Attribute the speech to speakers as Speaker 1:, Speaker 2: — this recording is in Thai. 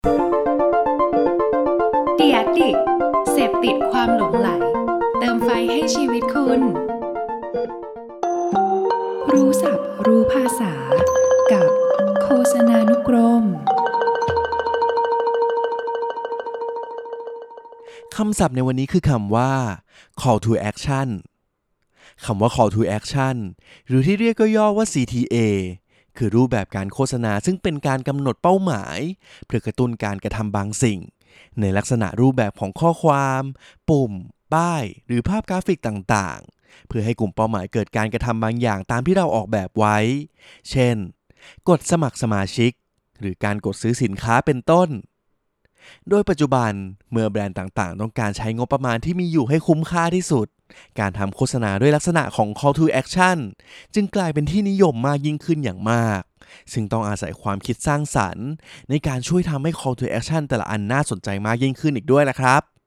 Speaker 1: The Addict เสพติดความหลงใหลเติมไฟให้ชีวิตคุณรู้ศัพท์รู้ภาษากับโฆษณานุกรม
Speaker 2: คำศัพท์ในวันนี้คือคำว่า call to action คำว่า call to action หรือที่เรียกย่อๆว่า CTA คือรูปแบบการโฆษณาซึ่งเป็นการกำหนดเป้าหมายเพื่อกระตุ้นการกระทำบางสิ่งในลักษณะรูปแบบของข้อความปุ่มป้ายหรือภาพกราฟิกต่างๆเพื่อให้กลุ่มเป้าหมายเกิดการกระทำบางอย่างตามที่เราออกแบบไว้เช่นกดสมัครสมาชิกหรือการกดซื้อสินค้าเป็นต้นโดยปัจจุบันเมื่อแบรนด์ต่างๆต้องการใช้งบประมาณที่มีอยู่ให้คุ้มค่าที่สุดการทำโฆษณาด้วยลักษณะของ call to action จึงกลายเป็นที่นิยมมากยิ่งขึ้นอย่างมากซึ่งต้องอาศัยความคิดสร้างสรรค์ในการช่วยทำให้ call to action แต่ละอันน่าสนใจมากยิ่งขึ้นอีกด้วยนะครับ